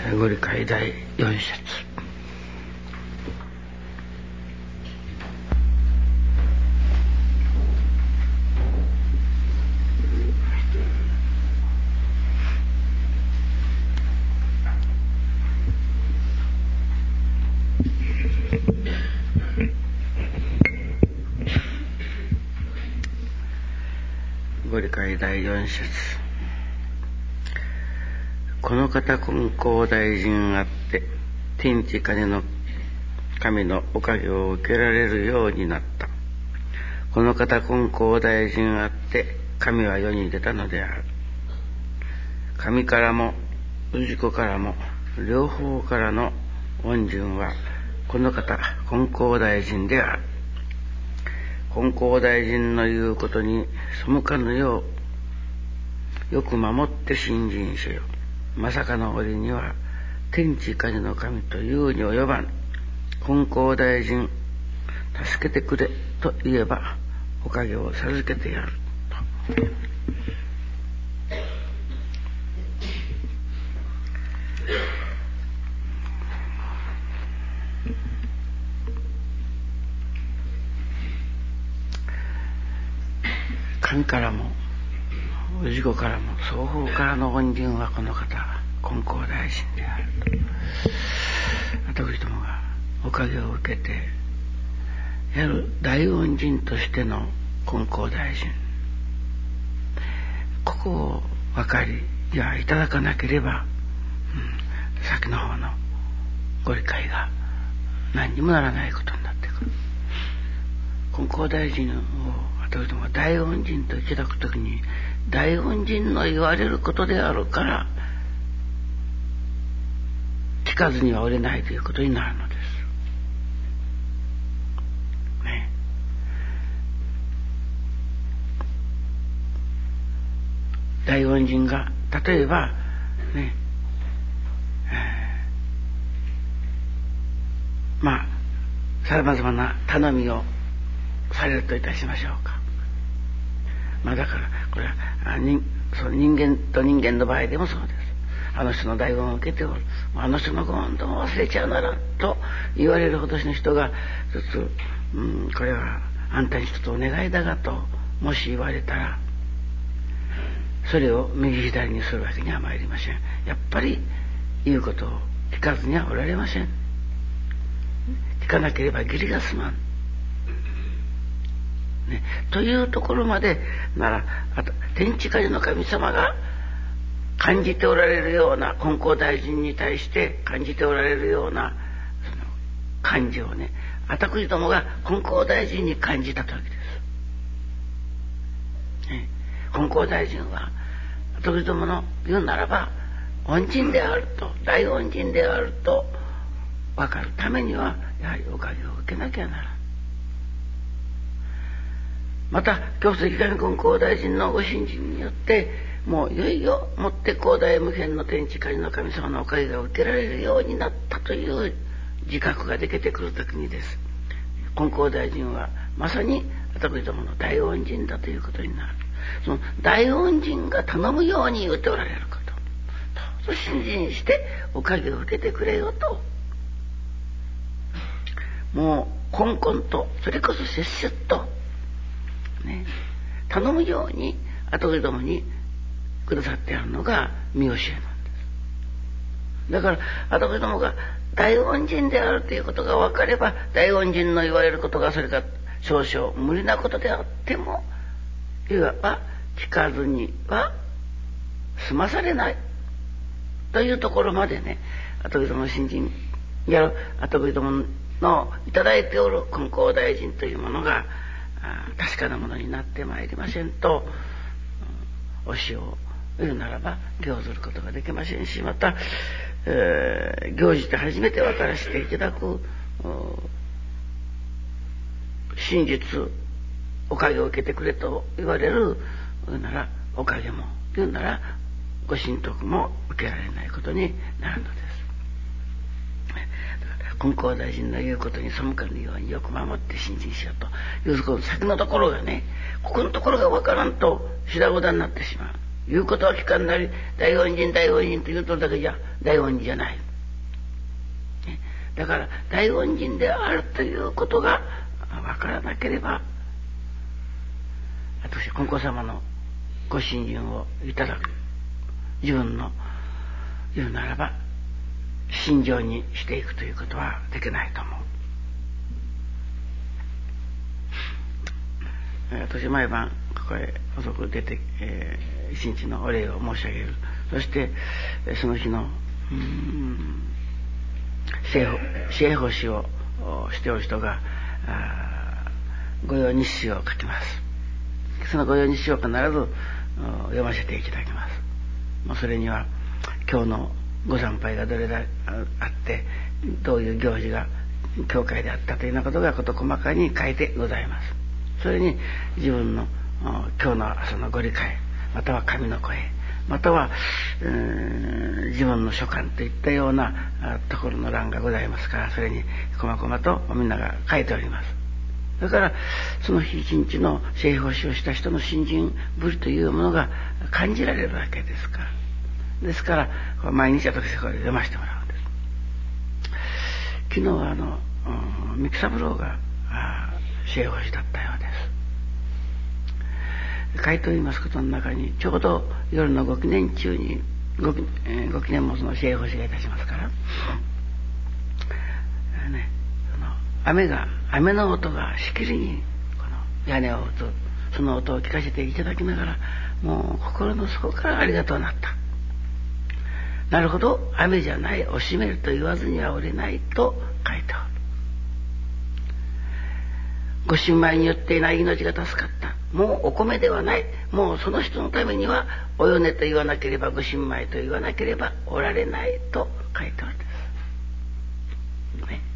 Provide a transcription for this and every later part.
ご理解第4節。ご理解第4節。この方金光大臣あって天地金の神のおかげを受けられるようになった。この方金光大臣あって神は世に出たのである。神からも氏子からも両方からの恩人はこの方金光大臣である。金光大臣の言うことに背かぬようよく守って信心せよ。まさかの折には天地神の神というに及ばん。金光大臣助けてくれと言えばおかげを授けてやると。神からも氏子からも双方からの恩人はこの方金光大臣であると。私どもがおかげを受けてやる大恩人としての金光大臣、ここを分かりいただかなければ、先の方のご理解が何にもならないことになってくる。金光大臣を私どもが大恩人といただくときに大恩人の言われることであるから聞かずにはおれないということになるのです、ね、大恩人が例えばね、さまざまな頼みをされるといたしましょうか。だからこれは人間と人間の場合でもそうです。あの人の大恩を受けておる、あの人のご恩とも忘れちゃうならと言われるほどの人が一つ、これはあんたに一つお願いだがともし言われたら、それを右左にするわけには参りません。やっぱり言うことを聞かずにはおられません。聞かなければ義理が済まん、というところまでなら、あと天地神の神様が感じておられるような金光大臣に対して感じておられるようなその感情を私どもが金光大臣に感じたときです、金光大臣は私どもの言うならば恩人であると、大恩人であると分かるためにはやはりおかげを受けなきゃならん。また教祖池上金光大臣のご信心によってもういよいよもって広大無辺の天地神の神様のおかげが受けられるようになったという自覚ができてくるときにです、金光大臣はまさに私どもの大恩人だということになる。その大恩人が頼むように言っておられること、どうぞ信心しておかげを受けてくれよと、もうこんこんとそれこそせっせと頼むように私どもにくださってあるのが見教えなんです。だから私どもが大恩人であるということが分かれば、大恩人の言われることがそれが少々無理なことであってもいわば聞かずには済まされないというところまで私どもの新人やる私どものいただいておる金光大臣というものが確かなものになってまいりませんと、教えを言うならば行ずることができませんし、また、行じて初めて分からせていただく真実おかげを受けてくれと言われるなら、おかげも言うならご神徳も受けられないことになるのです。金光大臣の言うことに背かぬようによく守って信心しようというこの先のところがここのところが分からんと白ごだになってしまう。 言うことは聞かんなり、大恩人大恩人と言うとるだけじゃ大恩人じゃない。だから大恩人であるということがわからなければ、私金光様のご信心をいただく、自分の言うならば信条にしていくということはできないと思う。私毎晩ここへ遅く出て、一日のお礼を申し上げる。そしてその日の聖奉仕をしておる人が御用日誌を書きます。その御用日誌を必ず読ませていただきます。もうそれには今日のご参拝がどれだあってどういう行事が教会であったというようなことが事細かに書いてございます。それに自分の今日の朝のご理解、または神の声、または自分の所感といったようなところの欄がございますから、それに細々とみんなが書いております。だからその日一日の聖奉仕をした人の信心ぶりというものが感じられるわけですから、ですから毎日私これ読ませてもらうんです。昨日は三木三郎が聖奉仕だったようです。書いておりますことの中に、ちょうど夜のご記念中にご記念もその聖奉仕がいたしますから、雨の音がしきりにこの屋根を打つ、その音を聞かせていただきながら、もう心の底からありがとうなった。なるほど、雨じゃない、惜しめると言わずにはおれないと書いておる。ご神米によっていない命が助かった。もうお米ではない。もうその人のためにはお米と言わなければ、ご神米と言わなければおられないと書いておるんです。ね、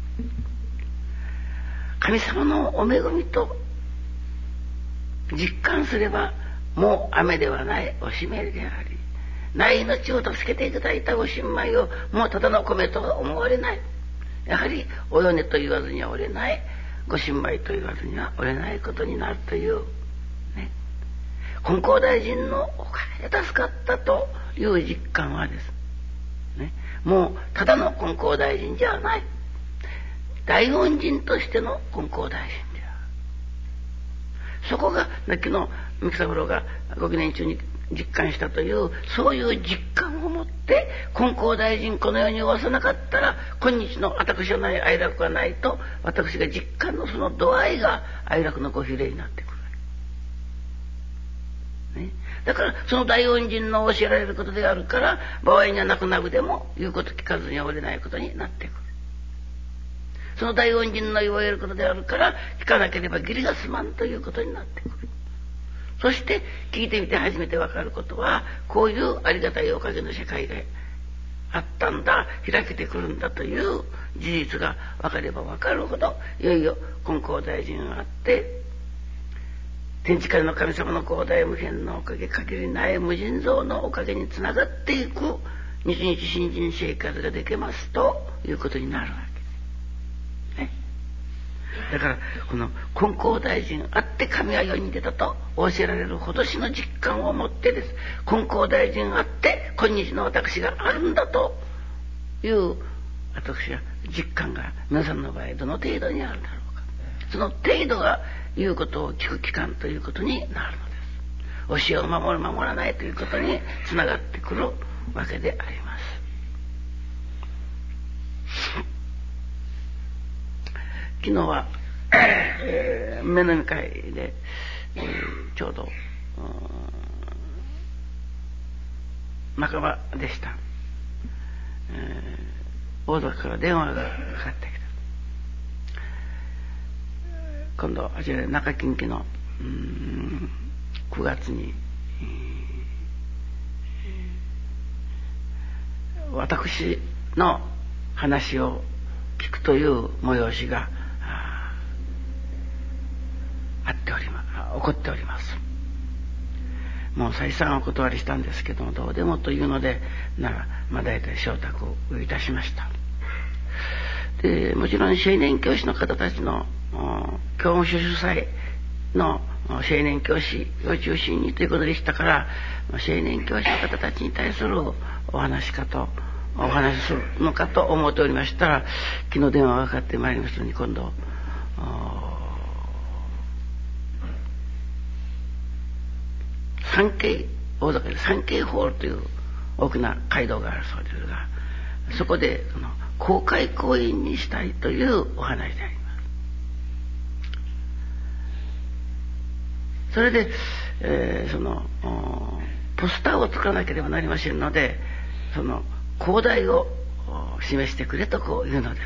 神様のお恵みと実感すれば、もう雨ではない、惜しめるであり、ない命を助けていただいたご神米をもうただの米とは思われない。やはりお米と言わずにはおれない、ご神米と言わずにはおれないことになるという、ね、金光大臣のおかげで助かったという実感はです、ね、もうただの金光大臣じゃない、大恩人としての金光大臣である。そこが昨日三木三郎がご記念中に実感したという、そういう実感を持って金光大臣この世におわさなかったら、今日の私はない哀楽がないと、私が実感のその度合いが哀楽のご比例になってくる、ね、だからその大恩人の教えられることであるから、場合にはなくなくでも言うこと聞かずにはおれないことになってくる。その大恩人の言われることであるから、聞かなければ義理が済まんということになってくる。そして聞いてみて初めてわかることは、こういうありがたいおかげの世界があったんだ、開けてくるんだという事実がわかればわかるほど、いよいよ金光大臣があって、天地界の神様の広大無辺のおかげ、限りない無尽蔵のおかげにつながっていく日々新人生活ができますということになるわけ。だからこの金光大臣あって神は世に出たと教えられるほどしの実感を持ってです、金光大臣あって今日の私があるんだという私は実感が皆さんの場合どの程度にあるだろうか。その程度が言うことを聞く期間ということになるのです。教えを守る守らないということにつながってくるわけであります。昨日は、目の見会で、ちょうど半ばでした。大阪から電話がかかってきた。今度あちら中近畿の9月に、私の話を聞くという催しが起こっております。もう再三お断りしたんですけども、どうでもというので大体承諾をいたしました。でもちろん青年教師の方たちの教務所主催の青年教師を中心にということでしたから、青年教師の方たちに対するお話しするのかと思っておりましたら、昨日電話がかかってまいりましたのに、今度大阪で三景ホールという大きな街道があるそうですが、そこで公開講演にしたいというお話であります。それで、ポスターを作らなければなりませんので、その講題を示してくれとこう言うのです。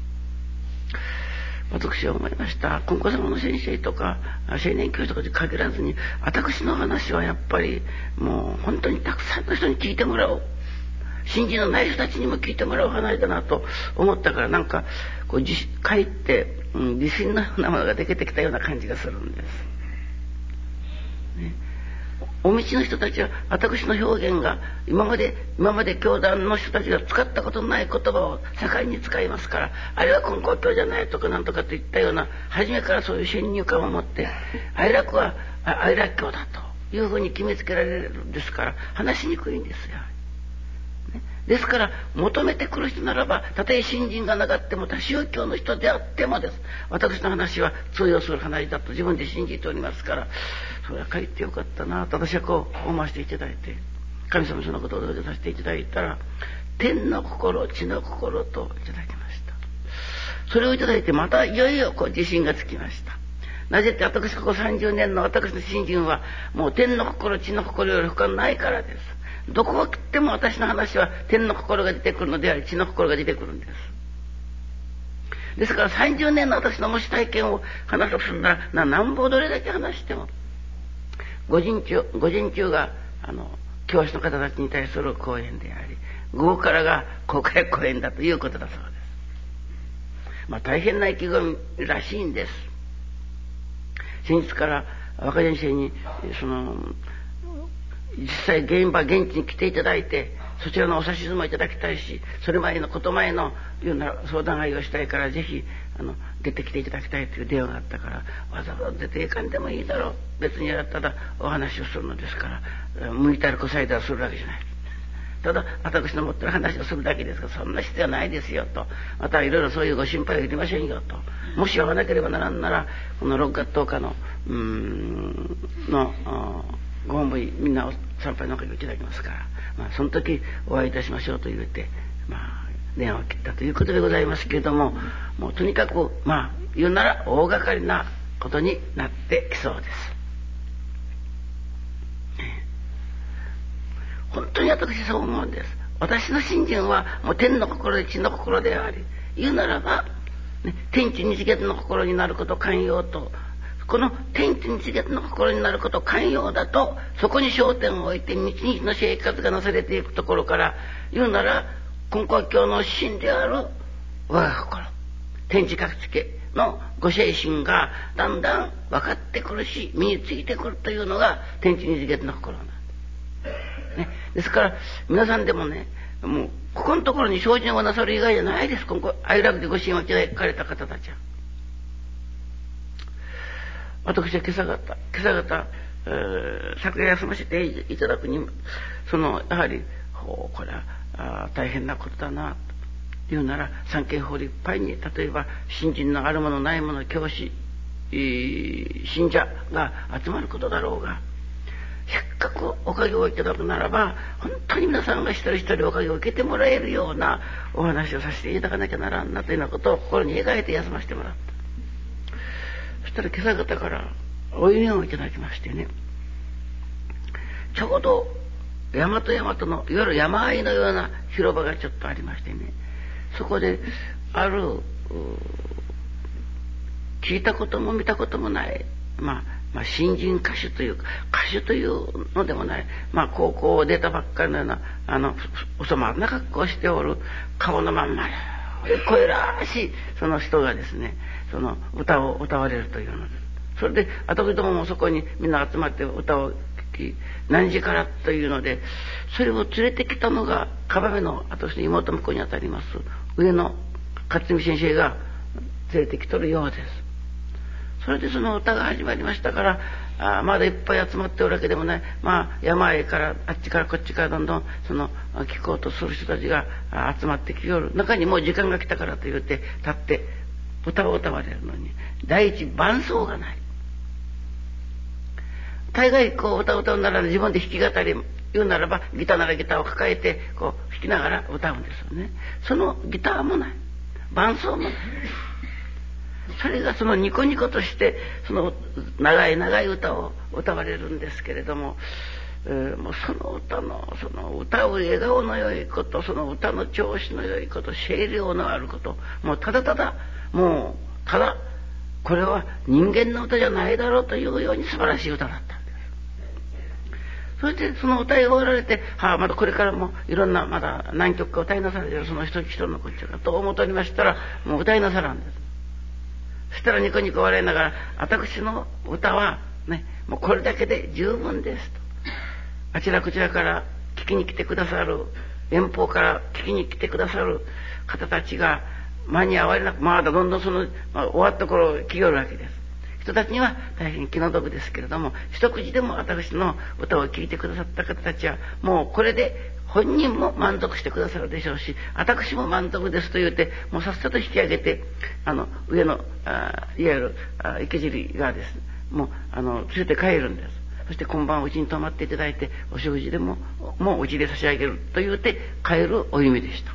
私は思いました。金光様の先生とか青年教師とかに限らずに、私の話はやっぱりもう本当にたくさんの人に聞いてもらおう、信心のない人たちにも聞いてもらう話だなと思ったから、なんかこうかえって、自信のようなものができてきたような感じがするんです、ね。お道の人たちは私の表現が今まで教団の人たちが使ったことのない言葉を盛んに使いますから、あれは金光教じゃないとかなんとかといったような、初めからそういう先入観を持って愛楽は愛楽教だというふうに決めつけられるんですから、話しにくいんですよ。ですから求めてくる人ならば、たとえ信心がなかっても他宗教の人であってもです、私の話は通用する話だと自分で信じておりますから、それは書いてよかったなと私はこう思わせていただいて、神様そのことをお届けさせていただいたら、天の心地の心といただきました。それをいただいて、またいよいよこう自信がつきました。なぜって、私ここ30年の私の信心はもう天の心地の心より他ないからです。どこを切っても私の話は天の心が出てくるのであり、地の心が出てくるんです。ですから30年の私のもし体験を話すとするなら、なんぼどれだけ話しても、午前中が教師の方たちに対する講演であり、午後からが公開講演だということだそうです。大変な意気込みらしいんです。先日から若先生に実際現地に来ていただいて、そちらのお指図もいただきたいし、それ前のこと前のような相談会をしたいから、ぜひ出てきていただきたいという電話があったから、わざわざ出ていかんでもいいだろう、別にただお話をするのですから、向いたらこさえたらするわけじゃない、ただ私の持ってる話をするだけですから、そんな必要はないですよと、またいろいろそういうご心配はいりませんよと、もし会わなければならんならこの6月10日のご本部にみんな参拝のおかげをいただきますから、その時お会いいたしましょうと言うて、電話を切ったということでございますけれども、もうとにかく言うなら大掛かりなことになってきそうです。本当に私そう思うんです。私の信心はもう天の心で地の心であり、言うならば、天地日月の心になること寛容と、この天地日月の心になること寛容だと、そこに焦点を置いて日々の生活がなされていくところから、言うなら金光教の真である我が心、天地各地家のご精神がだんだん分かってくるし、身についてくるというのが天地日月の心なんです、ですから皆さんでもね、もうここのところに精進をなさる以外じゃないです。今後愛楽でご神をいただかれた方たちは。私は今朝方、昨夜休ませていただくにやはりこれは大変なことだなというなら、三景法でいっぱいに、例えば信心のあるものないもの、教師信者が集まることだろうが、せっかくおかげをいただくならば、本当に皆さんが一人一人おかげを受けてもらえるようなお話をさせていただかなきゃならんなというようなことを心に描いて休ませてもらった。そしたら今朝方からお祈りをいただきましてね、ちょうど山と山とのいわゆる山あいのような広場がちょっとありましてね、そこである聞いたことも見たこともない、新人歌手というのでもない、高校を出たばっかりのようなおそまな格好をしておる、顔のまんま声らしいその人がですね、その歌を歌われるというのです。それで私どももそこにみんな集まって歌を聴き、何時からというので、それを連れてきたのが川辺の私の妹婿にあたります上野勝美先生が連れてきとるようです。 それでその歌が始まりましたから、まだいっぱい集まっておるわけでもない。山へからあっちからこっちからどんどんその聞こうとする人たちが集まってきよる。中にもう時間が来たからと言って立って歌を歌われるのに第一伴奏がない。大概こう歌を歌うなら自分で弾き語り言うならばギターならギターを抱えてこう弾きながら歌うんですよね。そのギターもない、伴奏もない。それがそのニコニコとしてその長い長い歌を歌われるんですけれども、もうその歌のその歌う笑顔の良いこと、その歌の調子の良いこと、声量のあること、もうただただこれは人間の歌じゃないだろうというように素晴らしい歌だったんです。そしてその歌い終わられて、まだこれからもいろんなまだ何曲か歌いなされてるその一人のこっちゃかと思っておりましたら、もう歌いなさらんです。そしたらニコニコ笑いながら、私の歌はね、もうこれだけで十分ですと。あちらこちらから聞きに来てくださる、遠方から聞きに来てくださる方たちが間に合われなく、まだどんどんその、終わった頃来よるわけです。人たちには大変気の毒ですけれども、一口でも私の歌を聴いてくださった方たちはもうこれで本人も満足してくださるでしょうし、私も満足ですと言うて、もうさっさと引き上げて上のいわゆる池尻がですね、もう連れて帰るんです。そして今晩うちに泊まっていただいてお食事でもううちで差し上げると言うて帰るお夢でした。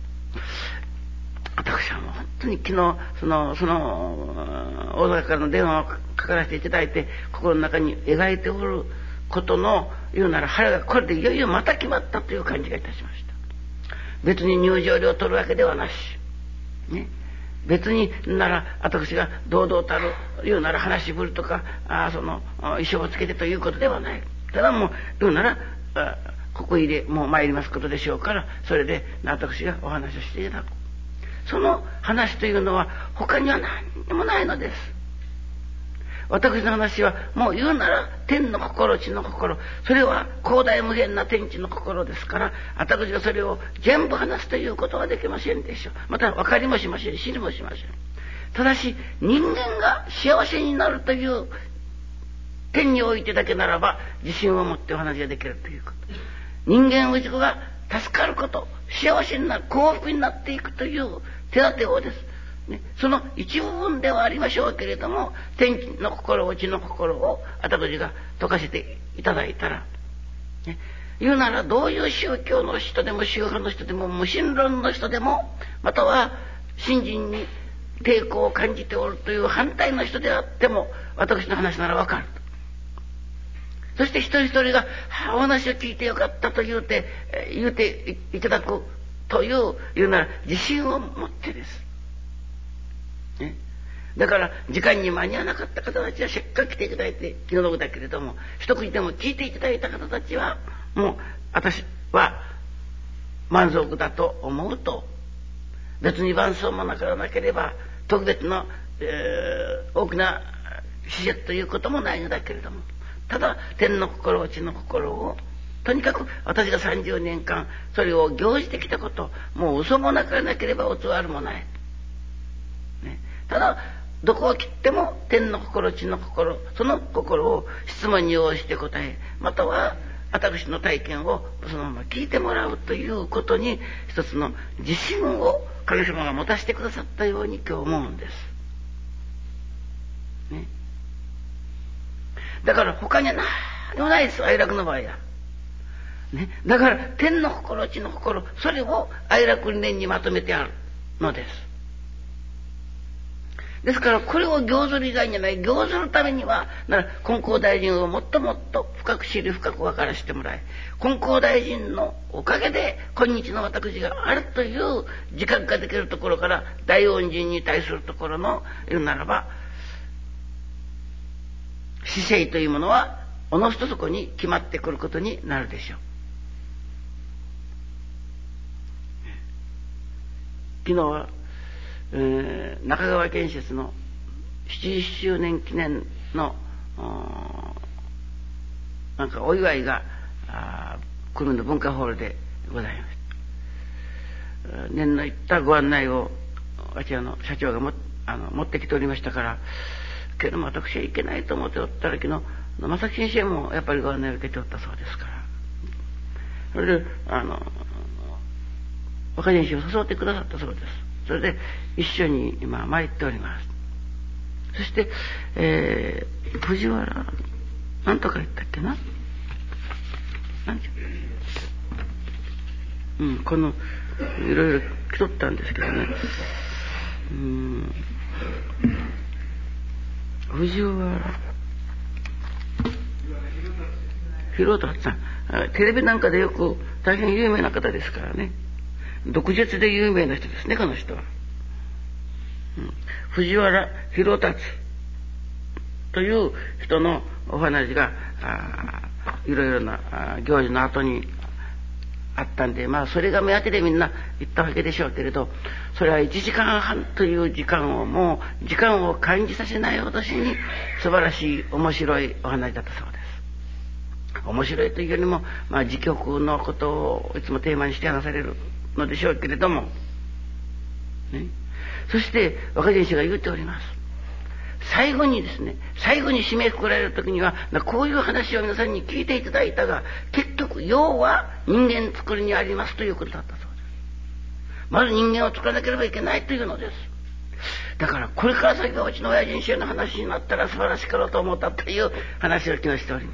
私はもう本当に昨日その大阪からの電話をかからせていただいて、心の中に描いておることの言うなら腹がこれでいよいよまた決まったという感じがいたしました。別に入場料を取るわけではなし、ね、別になら私が堂々たる言うなら話しぶるとかその衣装をつけてということではない。ただもう言うならここ入れもう参りますことでしょうから、それで私がお話をしていただく。その話というのは他には何にもないのです。私の話はもう言うなら天の心地の心、それは広大無辺な天地の心ですから、私がそれを全部話すということはできませんでしょう。また分かりもしません、知りもしません。ただし人間が幸せになるという点においてだけならば自信を持ってお話ができるということ。人間が助かること、幸せになる、幸福になっていくという手立てをですね、その一部分ではありましょうけれども、天の心、地の心を私が解かせていただいたら、ね、言うならどういう宗教の人でも宗派の人でも無神論の人でも、または信心に抵抗を感じておるという反対の人であっても、私の話ならわかる。そして一人一人がお話を聞いてよかったと言うていただくという言うなら自信を持ってです、ね、だから時間に間に合わなかった方たちはせっかく来ていただいて気の毒だけれども、一口でも聞いていただいた方たちはもう私は満足だと思うと、別に伴奏もなからなければ特別の、大きな施設ということもないのだけれども、ただ天の心、地の心をとにかく私が30年間それを行じてきたこと、もう嘘もなからなければ嘘あるもない、ね、ただどこを切っても天の心、地の心、その心を質問に応じて答え、または私の体験をそのまま聞いてもらうということに一つの自信を神様が持たせてくださったように今日思うんです、ね、だから他には何でもないです、哀楽の場合は、ね、だから天の心、地の心、それを哀楽理念にまとめてあるのです。ですからこれを行ずる以外にはない、行ずるためには金光大臣をもっともっと深く知り深く分からせてもらい、金光大臣のおかげで今日の私があるという自覚ができるところから、大恩人に対するところの言うならば姿勢というものはおのずとそこに決まってくることになるでしょう。昨日は、中川建設の70周年記念のなんかお祝いが久留米の文化ホールでございました。念のいったご案内をあちらの社長が持ってきておりましたから、 けども私はいけないと思っておったら昨日正木先生もやっぱりご案内を受けておったそうですから、それで若先生を誘ってくださったそうです。それで一緒に今参っております。そして、藤原なんとか言ったっけな、なんてこのいろいろ来とったんですけどね、藤原広達さん、テレビなんかでよく大変有名な方ですからね、毒舌で有名な人ですね、この人は。藤原広達という人のお話がいろいろな行事の後にあったんで、それが目当てでみんな行ったわけでしょうけれど、それは1時間半という時間をもう時間を感じさせないほどしに素晴らしい面白いお話だったそうです。面白いというよりも、自曲のことをいつもテーマにして話されるのでしょうけれども、ね、そして若先生が言っております。最後に締めくくられる時にはこういう話を皆さんに聞いていただいたが、結局要は人間作りにありますということだったそうです。まず人間を作らなければいけないというのです。だからこれから先がうちの親人衆の話になったら素晴らしかろうと思ったという話を昨日しております、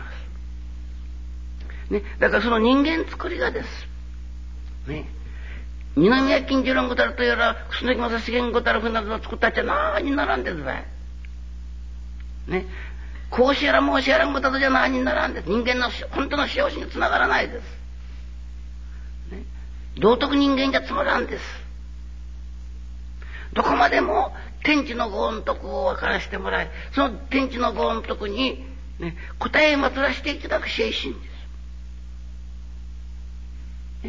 ね、だからその人間作りがですね、二宮金次郎ごたるとやら楠木正成ごたるふなどを作ったっちゃ何にならんですばいね、こうしやらもうしやらんこととじゃ何にならんです。人間の本当の幸せにつながらないです、ね、道徳人間じゃつまらんです。どこまでも天地のご恩徳を分からせてもらい、その天地のご恩徳に、答えまつらせていただく精神です、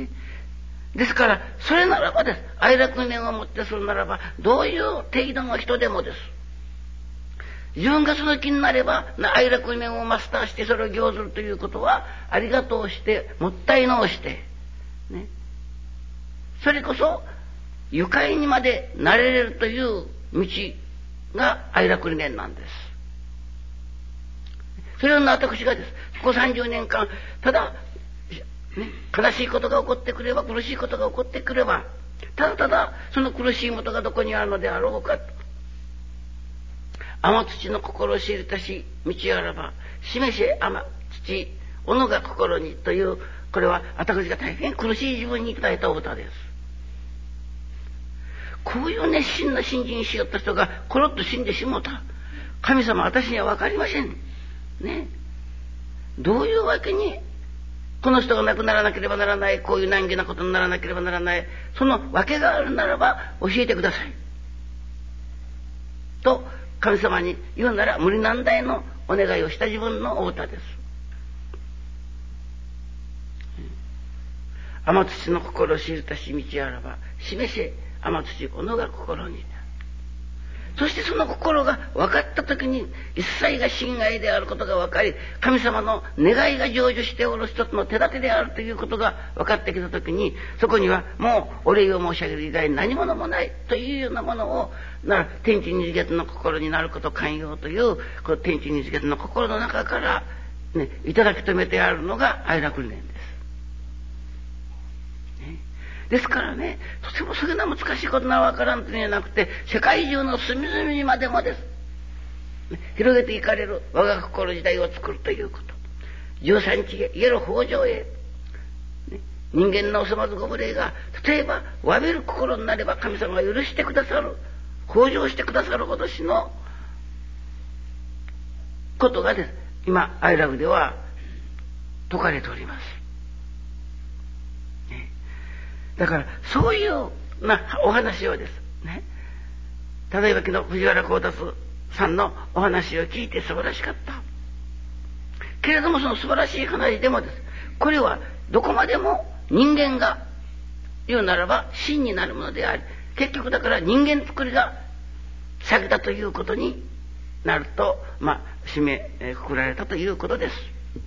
ね、ですからそれならばです。愛楽念をもってするならばどういう程度の人でもです。自分がその気になれば愛楽念をマスターしてそれを行ずるということはありがとうしてもったいのうして、ね、それこそ愉快にまでなれれるという道が愛楽念なんです。それを私がですここ30年間ただ、悲しいことが起こってくれば苦しいことが起こってくればただただその苦しい元がどこにあるのであろうかと、天土の心を知りたし道あらば示せ天土己が心にという、これは私が大変苦しい自分にいただいたお歌です。こういう熱心な信心しよった人がコロッと死んでしもうた。神様私には分かりませんね。どういうわけにこの人が亡くならなければならない、こういう難儀なことにならなければならない、その訳があるならば教えてくださいと神様に言うなら無理難題のお願いをした自分のお歌です。天土の心を知るたし道あらば示せ天土己が心に。そしてその心が分かった時に一切が心外であることが分かり、神様の願いが成就しておる一つの手立てであるということが分かってきた時に、そこにはもうお礼を申し上げる以外何者もないというようなものを天地二次元の心になること寛容というこの天地二次元の心の中から、いただき止めてあるのが愛楽理念です。ですからね、とてもそれが難しいことなわからんというんじゃなくて、世界中の隅々にまでもです、広げていかれる我が心時代を作るということ。13日へ家の北条へ、人間のおそまずご無礼が例えば詫びる心になれば神様が許してくださる、北条してくださるほどしのことがです、今愛楽では説かれております。だからそういうお話をですね、例えば昨日藤原幸達さんのお話を聞いて素晴らしかったけれども、その素晴らしい話でもです、これはどこまでも人間が言うならば真になるものであり、結局だから人間作りが先だということになると締めくくられたということです。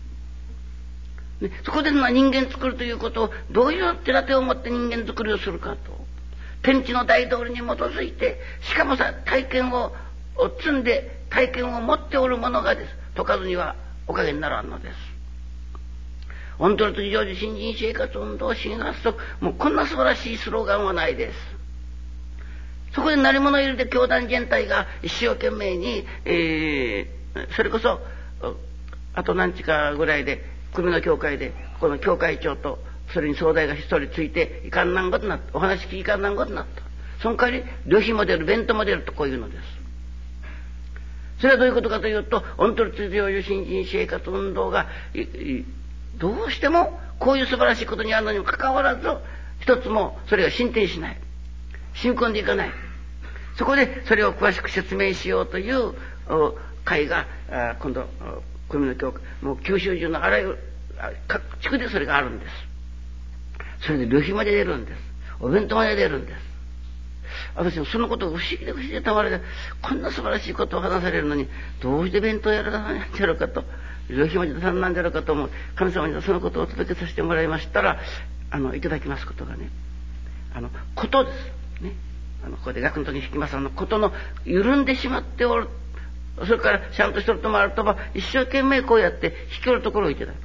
そこで人間作るということをどういう手立てを持って人間作りをするかと、天地の大道理に基づいて、しかも体験をを積んで体験を持っておる者がです、解かずにはおかげにならんのです。オントロ常時新人生活運動新発足、もうこんな素晴らしいスローガンはないです。そこで鳴り物入れて教団全体が一生懸命に、それこそあと何日かぐらいで組の教会でこの教会長とそれに総代が一人ついていかんなんことになった、お話聞きいかんなんことになった。その代わり旅費も出る、弁当も出るとこういうのです。それはどういうことかというと、オントロ常時新人生活運動がどうしてもこういう素晴らしいことにあるのにもかかわらず一つもそれが進展しない、進行んでいかない。そこでそれを詳しく説明しようという会が今度組の教会、もう九州中のあらゆる各地区でそれがあるんです。それで旅費まで出るんです。お弁当まで出るんです。私もそのことが不思議で不思議でたまらない。こんな素晴らしいことを話されるのにどうして弁当やらなんじゃろうかと、旅費まで出さんなんじゃろうかと思う。神様にそのことをお届けさせてもらいましたら、いただきますことがね、ことですね。ここで学の時に引きますことの緩んでしまっておる。それからちゃんとしとるともあるとば一生懸命こうやって引き寄るところをいただ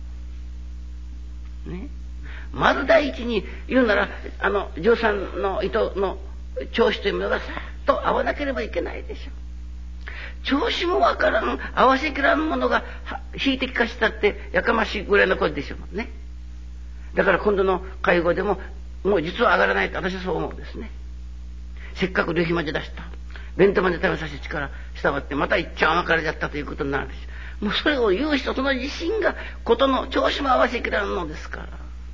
く。ね。まず第一に言うなら嬢さんの糸の調子というものがさっと合わなければいけないでしょう。調子もわからん、合わせきらんものが引いてきかしたってやかましいぐらいの声でしょうね。だから今度の会合でももう実は上がらないと私はそう思うんですね。せっかく旅費まで出した、弁当まで食べさせて力したわってまた一丁甘かれちゃったということになるんです。もうそれを言う人、その自身がことの調子も合わせきらんのですから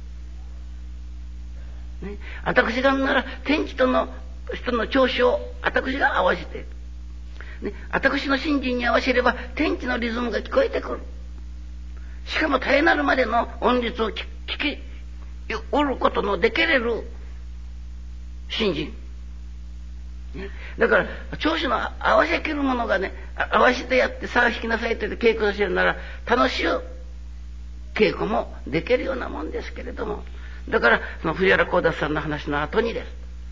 ね。私がなら天地との人の調子を私が合わせて、ね、私の信心に合わせれば天地のリズムが聞こえてくる。しかも絶えなるまでの音律を聞きおることのできれる信心、ね、だから調子の合わせきるものがね、合わせてやってさあ弾きなさいと言って稽古させるなら楽しい稽古もできるようなもんですけれども、だからその藤原幸田さんの話の後にです、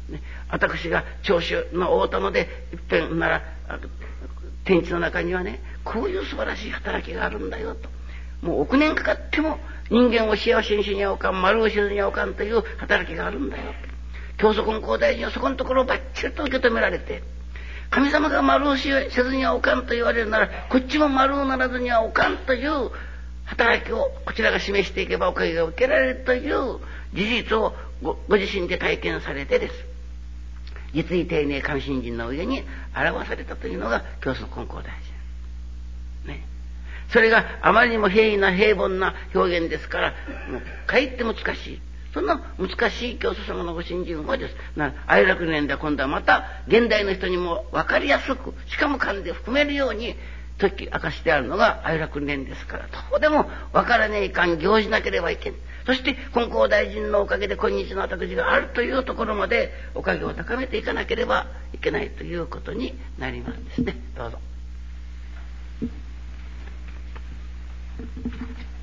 ね、私が調子の大殿でいっぺんなら天地の中にはねこういう素晴らしい働きがあるんだよと、もう億年かかっても人間を幸せにしにゃおかん、丸をしにゃおかんという働きがあるんだよ。教祖金光大臣はそこのところをばっちりと受け止められて、神様が丸をせずにはおかんと言われるならこっちも丸をならずにはおかんという働きをこちらが示していけばおかげが受けられるという事実を ご自身で体験されてです、実に丁寧神信心の上に表されたというのが教祖金光大臣、ね、それがあまりにも平易な平凡な表現ですから、もうかえって難しい。そんな難しい教祖様のご信心をです哀楽年では今度はまた現代の人にも分かりやすく、しかも勘で含めるように解き明かしてあるのが哀楽年ですから、どうでも分からねえかん行じなければいけない。そして金光大臣のおかげで今日の私があるというところまでおかげを高めていかなければいけないということになりますですね。どうぞ。